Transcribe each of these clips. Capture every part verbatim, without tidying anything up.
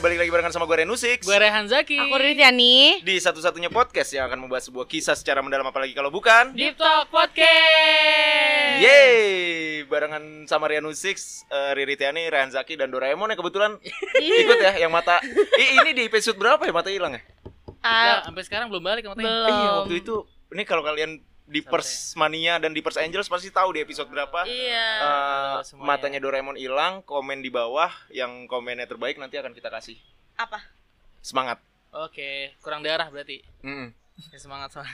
balik lagi barengan sama gue Renusix. Gue Rehan Zaki. Aku Ritiani. Di satu-satunya podcast yang akan membahas sebuah kisah secara mendalam, apalagi kalau bukan Deep Talk Podcast. Yeay, barengan sama Renusix, uh, Riri Tiani, Rehan Zaki, dan Doraemon yang kebetulan ikut ya. Yang mata, I, ini di episode berapa ya mata hilang ya? Ya, sampai sekarang belum balik katanya. Belum. Iya, waktu itu, ini kalau kalian di Pers Mania dan di Pers Angels pasti tahu di episode berapa. Iya. Uh, Semuanya. matanya Doraemon hilang, komen di bawah, yang komennya terbaik nanti akan kita kasih Apa? semangat. Oke, kurang darah berarti. Mm. Ya, semangat soalnya.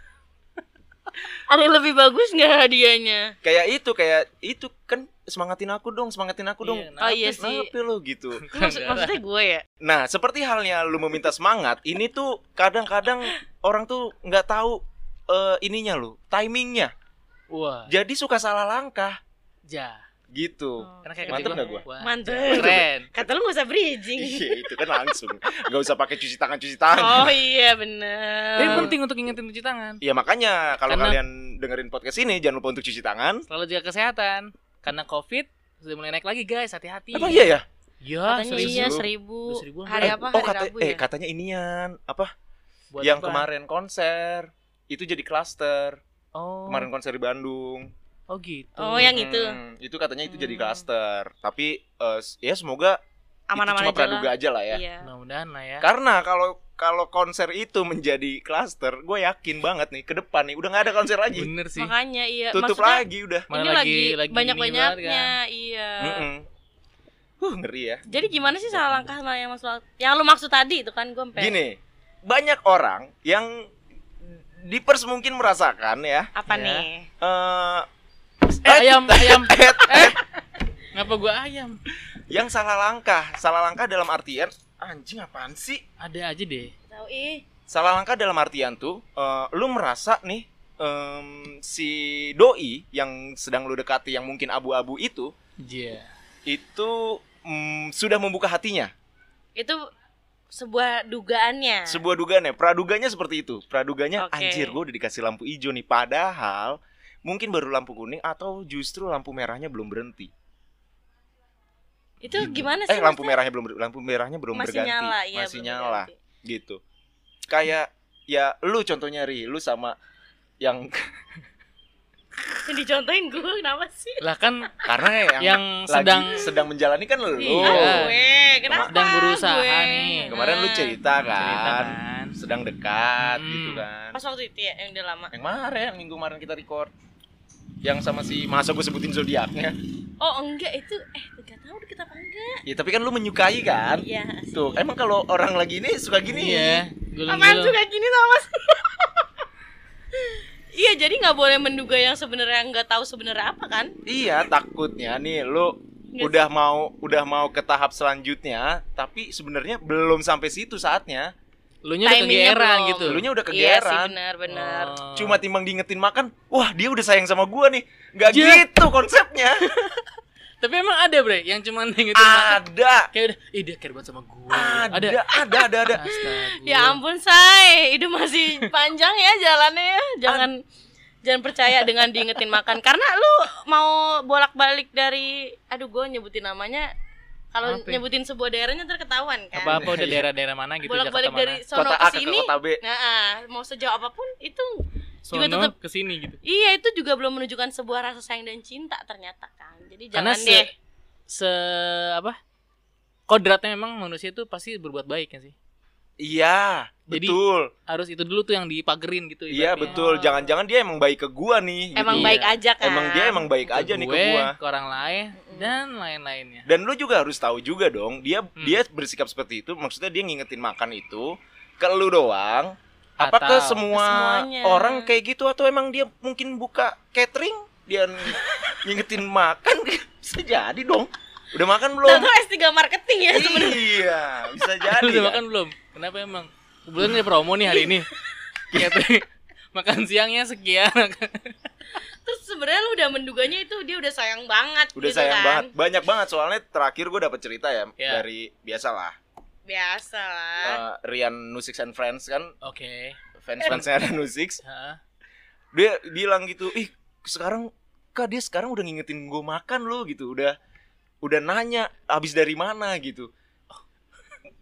Ada yang lebih bagus nggak hadiahnya? Kayak itu, kayak itu kan semangatin aku dong, semangatin aku dong. Iya, Oh iya sih. Kenapa lo gitu? Maksud, maksudnya gue ya? Nah, seperti halnya lu meminta semangat, ini tuh kadang-kadang orang tuh nggak tahu uh, ininya lu, timingnya. Wah, Jadi suka salah langkah, ja. gitu. Oh. Karena kayak Mantep kata nggak gua? Wah, Mantep. keren. Kata lu gak usah bridging. Iya, itu kan langsung. Nggak usah pakai cuci tangan cuci tangan. Oh iya bener. Tapi penting untuk ingetin cuci tangan. Iya, makanya kalau Karena- kalian dengerin podcast ini jangan lupa untuk cuci tangan. Selalu jaga kesehatan. Karena COVID sudah mulai naik lagi guys, hati-hati. Emang iya ya? Ya, Katanya serius. iya seribu. seribu. Seribuan. Hari Eh, apa? oh, Hari kata, Rabu eh ya? katanya inian apa? Buat yang apa? kemarin konser itu jadi klaster. Oh. Kemarin konser di Bandung. Oh gitu. Oh yang itu. Hmm, itu katanya itu jadi Hmm. klaster. Tapi eh, ya semoga Aman-aman itu cuma aja praduga lah. aja lah ya. Iya. Mudah-mudahan lah ya. Karena kalau kalau konser itu menjadi klaster, gue yakin banget nih ke depan nih udah nggak ada konser lagi. Bener sih. Makanya iya. Tutup Maksudnya, lagi udah. Mana ini lagi- lagi, lagi ini banyak-banyaknya. banget Iya. Mm-mm. Huh, ngeri ya. Jadi gimana sih salah langkah sama yang maksud yang lu maksud tadi itu kan gue sampai Gini, banyak orang yang di Pers mungkin merasakan ya. apa Ya. nih? eh Eh, ayam, ayam. eh, Eh, ngapa gua ayam? yang salah langkah. Salah langkah dalam artian anjing apaan sih? Ada aja deh. Tahu ih. Salah langkah dalam artian tuh eh, lu merasa nih em, si doi yang sedang lu dekati yang mungkin abu-abu itu Iya. itu mm, sudah membuka hatinya. Itu sebuah dugaannya. Sebuah dugaannya, praduganya seperti itu. Praduganya Oke. anjir gue udah dikasih lampu hijau nih, padahal mungkin baru lampu kuning atau justru lampu merahnya belum berhenti. Itu gimana sih? Eh lampu maksudnya? merahnya belum ber- lampu merahnya belum Masih berganti. nyala, iya, Masih belum nyala berganti. gitu. Kayak ya lu contohnya Ri, lu sama yang Yang dicontohin gue kenapa sih? Lah kan karena yang, yang lagi sedang sedang menjalani kan lu. Iya. Gue, kenapa? sedang berusaha gue? nih. Kemarin lu Nah, cerita kan, Cerita kan. sedang dekat Hmm. gitu kan. Pas waktu itu ya yang udah lama. Yang kemarin, minggu kemarin kita record. Yang sama si, masa gue sebutin zodiaknya. Oh enggak itu eh enggak tahu deket apa enggak. Ya tapi kan lu menyukai kan? Iya. Tuh, emang kalau orang lagi ini suka gini. Iya. Apaan Gulung-gulung. tuh kayak gini sama sih? Iya, jadi nggak boleh menduga yang sebenarnya nggak tahu sebenarnya apa kan? Iya, takutnya nih lu Nggak udah mau udah mau ke tahap selanjutnya, tapi sebenarnya belum sampai situ saatnya. Lu nya udah Timingnya kegeeran belum. gitu. Lunya udah Iya sih kegeeran. benar-benar. Oh. Cuma timbang diingetin makan, wah dia udah sayang sama gua nih. Nggak Ya. gitu konsepnya. Tapi emang ada bre yang cuman gitu makan. Ada. Kayak udah, ih dia care banget sama gue. Ada, ada, ada, ada. Astaga. Ya ampun, say, itu masih panjang ya jalannya ya. Jangan jangan percaya dengan diingetin makan karena lu mau bolak-balik dari aduh gue nyebutin namanya. Kalau Apa? nyebutin sebuah daerahnya ntar ketahuan kan. Apa-apa udah daerah-daerah mana gitu, Bolak-balik Jakarta dari mana. sono Kota ke A ke sini. kota B. Nah, mau sejauh apapun itu juga Sono tetap- ke sini gitu. iya itu juga belum menunjukkan sebuah rasa sayang dan cinta ternyata kan. Jadi Karena jangan se, deh. se apa? Kodratnya memang manusia itu pasti berbuat baik kan sih. Iya, Jadi, betul. Harus itu dulu tuh yang dipagerin gitu. Iya, ibaratnya. betul. Jangan-jangan dia emang baik ke gua nih. Emang gitu. baik aja kan. Emang dia emang baik Ke aja nih ke gue, gua. ke orang lain dan lain-lainnya. Dan lu juga harus tahu juga dong, dia Hmm. dia bersikap seperti itu, maksudnya dia ngingetin makan itu ke lu doang. Apa ke Atau semua ke semuanya. orang kayak gitu atau emang dia mungkin buka catering, dia ngingetin makan bisa jadi dong. Udah makan belum? Tentu S tiga marketing ya sebenarnya. Iya, bisa Lu jadi. udah kan? makan belum? Kenapa emang? Kebetulan ada promo nih hari ini. Catering makan siangnya sekian. Terus sebenarnya lu udah menduganya itu dia udah sayang banget Udah gitu sayang kan. banget. Banyak banget soalnya terakhir gue dapet cerita ya, Ya. dari biasalah. Biasa lah. Uh, Rian Nusix and Friends kan, Oke. fans-fansnya Rian Nusix. Heeh. Dia bilang gitu, ih sekarang kak dia sekarang udah ngingetin gue makan loh gitu, udah udah nanya habis dari mana gitu.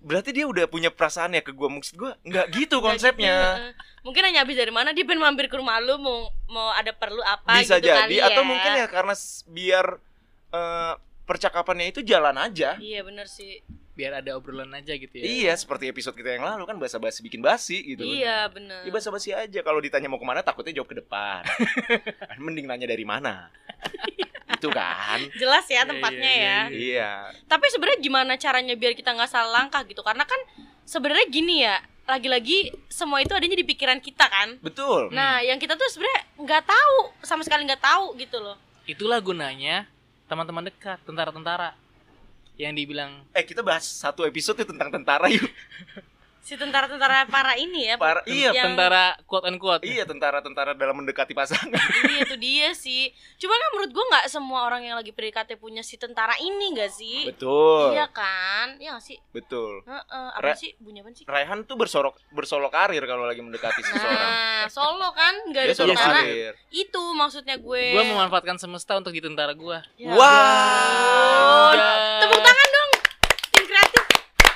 berarti dia udah punya perasaan ya ke gue. Maksud gue nggak gitu Nggak konsepnya. gitu, heeh. Mungkin hanya habis dari mana dia pengen mampir ke rumah lu mau mau ada perlu apa Bisa gitu jadi kali ya. atau mungkin ya karena s- biar eh, percakapannya itu jalan aja. Iya benar sih. Biar ada obrolan aja gitu ya. Iya, seperti episode kita yang lalu kan basa-basi bikin basi gitu. Iya benar. Ya basa-basi aja. Kalau ditanya mau kemana takutnya jawab ke depan. Mending nanya dari mana. Itu kan. Jelas ya Iya, tempatnya iya, ya. iya, Iya. Tapi sebenarnya gimana caranya biar kita nggak salah langkah gitu? Karena kan sebenarnya gini ya, lagi-lagi semua itu adanya di pikiran kita kan. Betul. Nah, yang kita tuh sebenarnya nggak tahu, sama sekali nggak tahu gitu loh. Itulah gunanya teman-teman dekat, tentara-tentara. Yang dibilang Eh kita bahas satu episode tuh tentang tentara yuk. Si tentara-tentara para ini ya. Para, iya, yang- tentara quote and quote. Iya tentara-tentara dalam mendekati pasangan. Iya itu dia sih. Cuma kan menurut gua nggak semua orang yang lagi P D K T punya si tentara ini nggak sih? Betul. Iya kan? Iya nggak sih? Betul. Heeh, apa Re- sih? Bunyi apa sih? Raihan tuh bersorok bersolo karir kalau lagi mendekati seseorang. Nah, solo kan nggak Dia ada solo tentara. karir. Itu maksudnya gue. Gue memanfaatkan semesta untuk di tentara gue. Ya Wow. ampun. Ya. Tepuk tangan dong. Tim kreatif.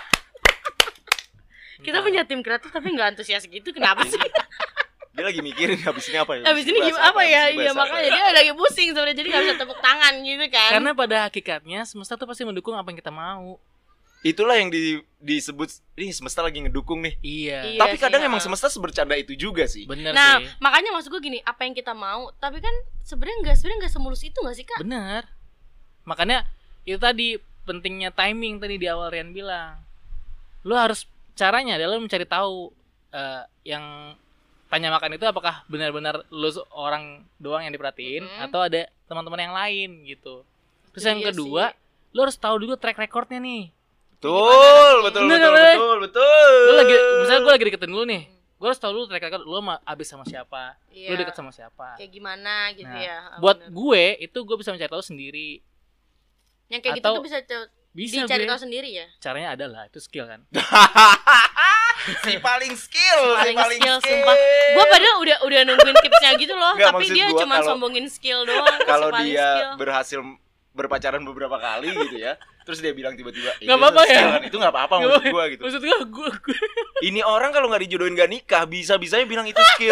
Kita punya tim kreatif tapi nggak antusias gitu. Kenapa sih? Dia lagi mikirin habis ini apa ya? Habis ini bahas gimana apa ya? Habis ini Iya bahas makanya apa ya? dia lagi pusing sebenarnya jadi nggak bisa tepuk tangan gitu kan. Karena pada hakikatnya semesta tuh pasti mendukung apa yang kita mau. Itulah yang di, disebut ini semesta lagi ngedukung nih. Iya. Iya Tapi sih, kadang ha. emang semesta sebercanda itu juga sih. Bener Nah, sih. makanya maksud gue gini, apa yang kita mau, tapi kan sebenarnya nggak sebenarnya nggak semulus itu nggak sih kak? Bener. Makanya itu tadi pentingnya timing tadi di awal Rian bilang. Lu harus caranya adalah mencari tahu eh, yang tanya makan itu apakah benar-benar lu orang doang yang diperhatiin Mm-mm. atau ada teman-teman yang lain gitu. Terus yang Iya kedua, lu harus tahu dulu track recordnya nih. Betul, betul, Bener, betul, bener. betul, betul. Lu lagi misalnya gue lagi deketin lu nih. Gue harus tahu dulu track record lu sama abis sama siapa. Iya. Lu deket sama siapa. Kayak gimana gitu Nah, ya? Ah, buat bener. gue itu gue bisa mencari tahu sendiri. yang kayak atau- gitu tuh bisa co- Bisa dicari gue. tahu sendiri ya. Caranya adalah itu skill kan. si paling skill, Paling si paling skill, skill. sumpah. Gue padahal udah udah nungguin tipsnya gitu loh, Nggak, tapi maksud dia gua cuma kalau- sombongin skill doang. Kalau si paling dia skill. berhasil berpacaran beberapa kali gitu ya, terus dia bilang tiba-tiba, "Eh, Nggak itu apa-apa ya?" skill kan? Itu nggak apa-apa Nggak maksud apa-apa. gua gitu. Maksud gue gue, gue. Ini orang kalau nggak dijodohin gak nikah, bisa-bisanya bilang itu skill.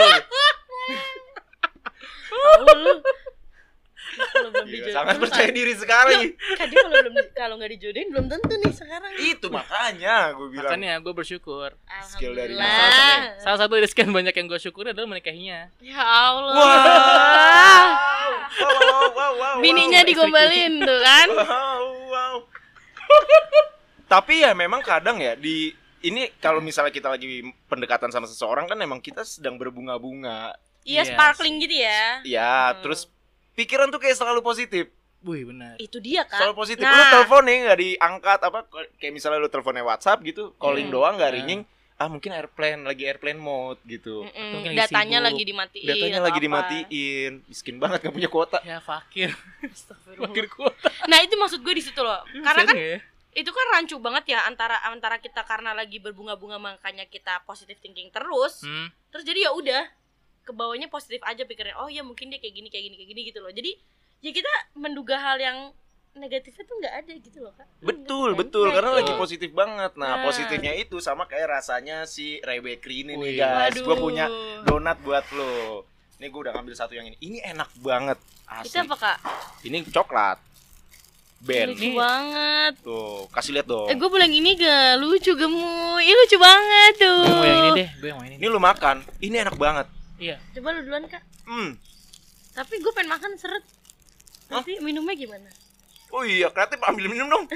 Tahu lu. Kalau belum Gila, dijodohin, sangat percaya diri sekali. kan dia kalau belum kalau nggak dijodohin belum tentu nih sekarang. Itu makanya gue bilang. Makanya gue bersyukur. Skill dari Alhamdulillah. Salah satu dari sekian banyak yang gue syukuri adalah menikahinya. Ya Allah. Wow. Wow, wow, wow, wow. Bininya digombalin tuh kan. Wow, wow. Tapi ya memang kadang ya di ini kalau misalnya kita lagi pendekatan sama seseorang kan emang kita sedang berbunga-bunga. Iya, Yes. sparkling gitu ya. Ya, Hmm. terus pikiran tuh kayak selalu positif. Wih benar. Itu dia kan. Selalu positif. Nah. Lu telepon nih nggak diangkat apa kayak misalnya lu teleponnya WhatsApp gitu, calling Hmm. doang nggak Nah. ringing. Ah, mungkin airplane lagi airplane mode gitu. Mm-mm. Mungkin lagi Datanya sibuk. lagi dimatiin. Datanya atau lagi apa. dimatiin. Miskin banget gak punya kuota. Ya fakir. Astagfirullah. Fakir kuota. Nah, itu maksud gue di situ loh. Karena kan Ya. itu kan rancu banget ya antara antara kita karena lagi berbunga-bunga makanya kita positive thinking terus. Hmm. Terus jadi ya udah kebawanya positif aja pikirnya. Oh ya mungkin dia kayak gini kayak gini kayak gini gitu loh. Jadi ya kita menduga hal yang negatifnya tuh nggak ada gitu loh kak. Betul, Kan? betul. Nah, Karena itu. lagi positif banget. Nah, Nah. positifnya itu sama kayak rasanya si Rebecca ini nih, Wih. guys. Gue Waduh. punya donat buat lo. Ini gue udah ngambil satu yang ini. Ini enak banget. Itu Asli. apa kak? Ini coklat. Ben. Lucu Ini- banget. Tuh, kasih lihat dong. Eh gue bilang ini gak lucu gemoy. Ih lucu banget tuh. Gue mau yang ini deh. Gue yang mau ini. Ini lu makan. Ini enak banget. Iya. Coba lu duluan kak. Hmm. Tapi gue pengen makan seret. Nanti minumnya gimana? Oh iya, kreatif ambil minum dong.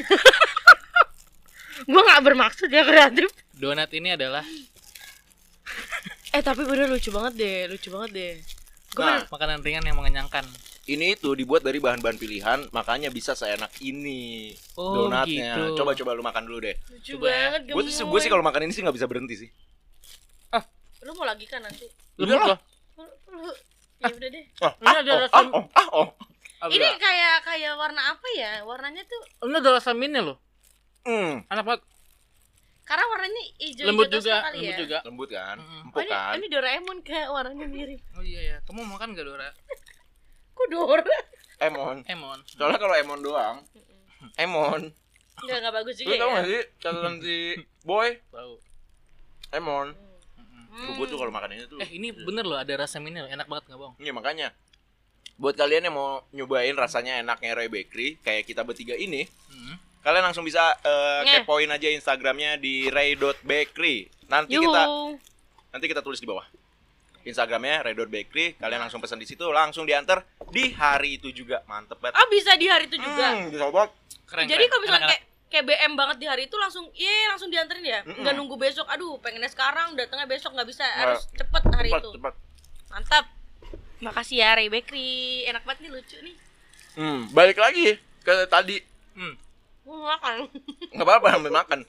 Gue nggak bermaksud ya kreatif. Donat ini adalah Eh tapi bener lucu banget deh, lucu banget deh. Gue Nah, makanan ringan yang mengenyangkan. ini itu dibuat dari bahan-bahan pilihan, makanya bisa seenak ini Oh, donatnya. gitu. Coba-coba lu makan dulu deh. lucu Coba ya. banget Gue sih, gue sih kalau makan ini sih nggak bisa berhenti sih. lu mau lagi kan nanti? Lembut Udah lah. loh. Lu, lu ya udah deh. Ah, Ini ah, ada oh, rasa- ah, oh, ah, oh. Ini kayak kayak warna apa ya? Warnanya tuh Ini ada rasa mintnya loh. Hmm, Enak banget. karena warnanya hijau Lembut hijau juga, kali lembut ya. juga. lembut kan, Mm-mm. Oh, empuk ini, kan. ini Doraemon kayak warnanya mirip. Oh iya ya. Kamu makan gak Dora? Kok Dora? Emon. Emon. Soalnya kalau Emon doang, Emon. Enggak enggak bagus Lu juga tau ya. gak sih catatan si Boy Tahu. Emon. Hmm. Gue tuh kalau makan ini tuh. Eh ini bener loh, ada rasa mini loh, enak banget nggak bohong. Iya makanya. Buat kalian yang mau nyobain rasanya enaknya Ray Bakery kayak kita bertiga ini, Hmm. kalian langsung bisa uh, Ngeh. kepoin aja Instagramnya di ray dot bakery. Nanti Yuhu. kita nanti kita tulis di bawah. Instagramnya ray dot bakery, kalian langsung pesan di situ, langsung diantar di hari itu juga. Mantep banget. Oh bisa di hari itu juga. Hmm, bisa banget. Keren. Jadi keren. kalau misalnya Enak-enak. kayak kayak B M banget di hari itu langsung, iya langsung dianterin ya. Mm-mm. Nggak nunggu besok. Aduh, pengennya sekarang, datangnya besok nggak bisa. Nggak. Harus cepet hari Cepat, itu. cepat. Mantap. Makasih ya Ray Bakery. Enak banget nih, lucu nih. Hmm, balik lagi ke tadi. Hmm. Mau makan. Nggak apa-apa sambil makan.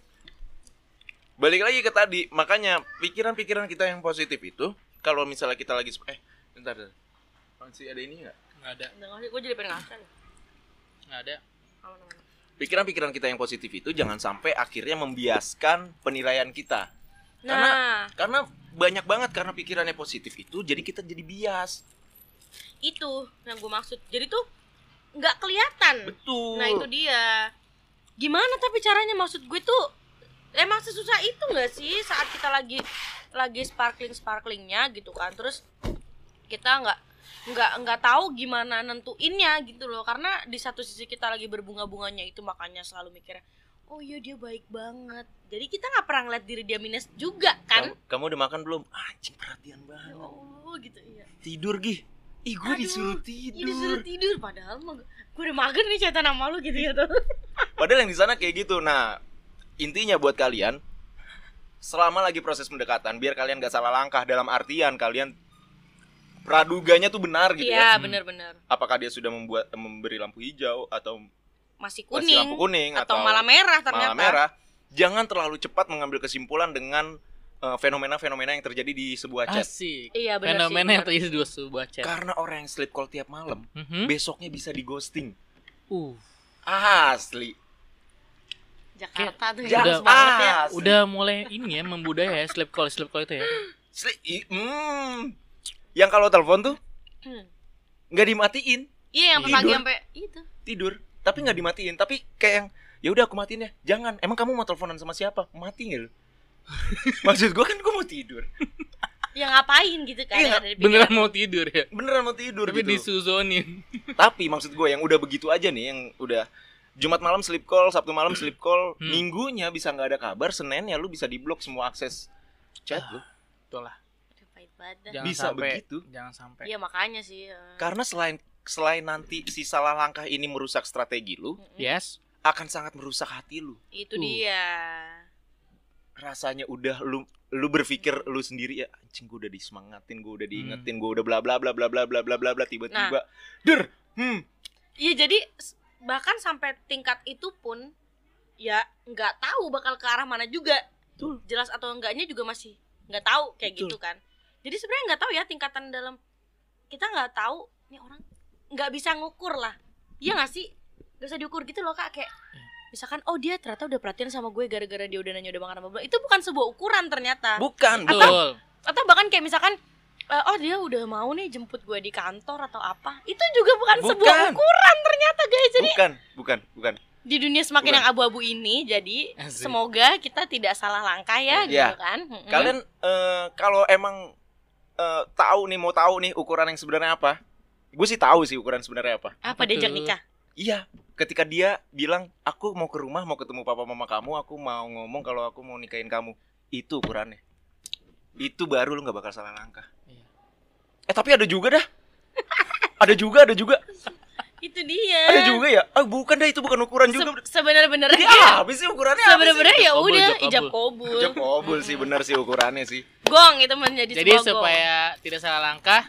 Balik lagi ke tadi, makanya pikiran-pikiran kita yang positif itu kalau misalnya kita lagi eh bentar, bentar. Masih ada ini nggak? Nggak ada, Enggak ngasih, gue jadi pengen ngasih. nggak ada. Aman-aman. Pikiran-pikiran kita yang positif itu jangan sampai akhirnya membiaskan penilaian kita. Nah, Karena karena banyak banget karena pikirannya positif itu jadi kita jadi bias. itu yang gue maksud. Jadi tuh nggak kelihatan. Betul. Nah itu dia. Gimana tapi caranya, maksud gue tuh emang sesusah itu nggak sih saat kita lagi lagi sparkling sparklingnya gitu kan, terus kita nggak nggak nggak tahu gimana nentuinnya gitu loh, karena di satu sisi kita lagi berbunga-bunganya itu, makanya selalu mikirnya oh iya dia baik banget, jadi kita nggak pernah ngeliat diri dia minus juga kan. Kamu, kamu udah makan belum? Anjing perhatian Ya banget. Allah gitu ya. Tidur Gih. Ih gue Aduh, disuruh Ini tidur. disuruh tidur padahal mah gue udah mager nih cetan sama lu gitu ya tuh. Padahal yang di sana kayak gitu. Nah, intinya buat kalian selama lagi proses pendekatan biar kalian gak salah langkah, dalam artian kalian praduganya tuh benar gitu ya. Iya benar-benar. Apakah dia sudah membuat memberi lampu hijau atau Masih masih kuning, lampu kuning atau, malah merah ternyata. malah merah. Jangan terlalu cepat mengambil kesimpulan dengan uh, fenomena-fenomena yang terjadi di sebuah chat. Asik. Iya, benar sih, Fenomena yang benar. terjadi di sebuah chat. Karena orang yang sleep call tiap malam, Mhm. besoknya bisa di ghosting. Uh, Asli. Jakarta tuh Ja- ya, udah- banget ya. Asli. udah mulai ini ya membudaya ya sleep call sleep call itu ya. Sli- i- hmm. Yang kalau telepon tuh Hmm. nggak dimatiin, Iya yang Tidur. pagi sampai itu. tidur, tapi nggak dimatiin, tapi kayak yang ya udah aku matiin ya. Jangan, emang kamu mau teleponan sama siapa? Mati nggak lu? Maksud gue kan gue mau tidur. Ya ngapain gitu kan? Iya, yang ada di Beneran pikiran. mau tidur ya. Beneran mau tidur Tapi gitu. disuzonin. Tapi maksud gue yang udah begitu aja nih, yang udah Jumat malam sleep call, Sabtu malam sleep call, Hmm. Minggunya bisa nggak ada kabar, Senin ya lu bisa diblok semua akses chat lu. Itulah. Aduh, pahit banget dah. Jangan Bisa sampai, begitu. Jangan sampai. Iya makanya sih. eh. Karena selain selain nanti si salah langkah ini merusak strategi lu, Mm-mm. Yes. akan sangat merusak hati lu. Itu Uh. dia. Rasanya udah lu lu berpikir lu sendiri ya, anjing gue udah disemangatin, gue udah diingetin, gue udah bla bla bla bla bla bla bla bla bla tiba-tiba der hmm Iya jadi s- bahkan sampai tingkat itu pun ya nggak tahu bakal ke arah mana juga. Betul. Jelas atau enggaknya juga masih nggak tahu kayak Betul. gitu kan. Jadi sebenarnya nggak tahu ya tingkatan dalam, kita nggak tahu nih orang, nggak bisa ngukur lah. Iya nggak sih? Gak bisa diukur gitu loh kak, kayak misalkan oh dia ternyata udah perhatian sama gue gara-gara dia udah nanya udah makan apa belum. Itu bukan sebuah ukuran ternyata. bukan bukan Betul. Atau bahkan kayak misalkan eh, oh dia udah mau nih jemput gue di kantor atau apa. Itu juga bukan, sebuah Bukan. ukuran ternyata guys. Jadi bukan bukan bukan di dunia semakin Bukan. yang abu-abu ini, jadi Asik. semoga kita tidak salah langkah ya, Iya. gitu kan. Mm-mm. kalian eh, kalau emang eh, tahu nih, mau tahu nih ukuran yang sebenarnya apa, gue sih tahu sih ukuran sebenarnya apa. apa diajak Betul. nikah? Iya, ketika dia bilang aku mau ke rumah, mau ketemu papa mama kamu, aku mau ngomong kalau aku mau nikahin kamu, itu ukurannya. Itu baru lu nggak bakal salah langkah. Iya. Eh tapi ada juga dah. Ada juga, ada juga. Itu dia. Ada juga ya? Ah bukan dah, itu bukan ukuran juga. Se- sebenarnya-benarnya Ya, habis sih ukurannya apa sih? sebenarnya ya Kabul, udah kabul. ijab kabul. Ijab kabul sih, benar sih ukurannya sih. Gong itu menjadi Jadi sebuah gong. supaya tidak salah langkah,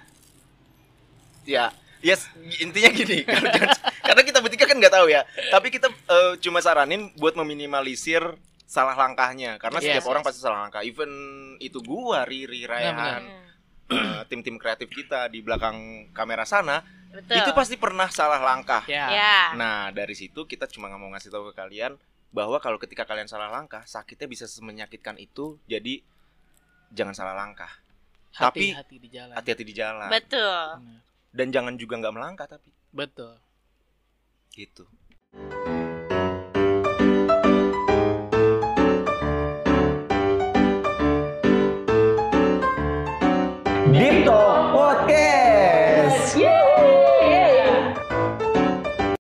Ya, ya s- intinya gini. Karena karena kita bertiga kan nggak tahu ya. Tapi kita eh, cuma saranin buat meminimalisir salah langkahnya. Karena Yes, setiap orang yes. pasti salah langkah. Even itu gua, Riri, Rayhan, Hmm, eh, tim-tim kreatif kita di belakang kamera sana, betul. itu pasti pernah salah langkah. ya. Ya. Nah, dari situ kita cuma nggak mau ngasih tahu ke kalian bahwa kalau ketika kalian salah langkah, sakitnya bisa semenyakitkan itu. Jadi jangan salah langkah. Tapi- Hati-hati di jalan. Hati-hati di jalan. Betul. Benar. Dan jangan juga nggak melangkah tapi Betul. gitu. Deep Talk Podcast.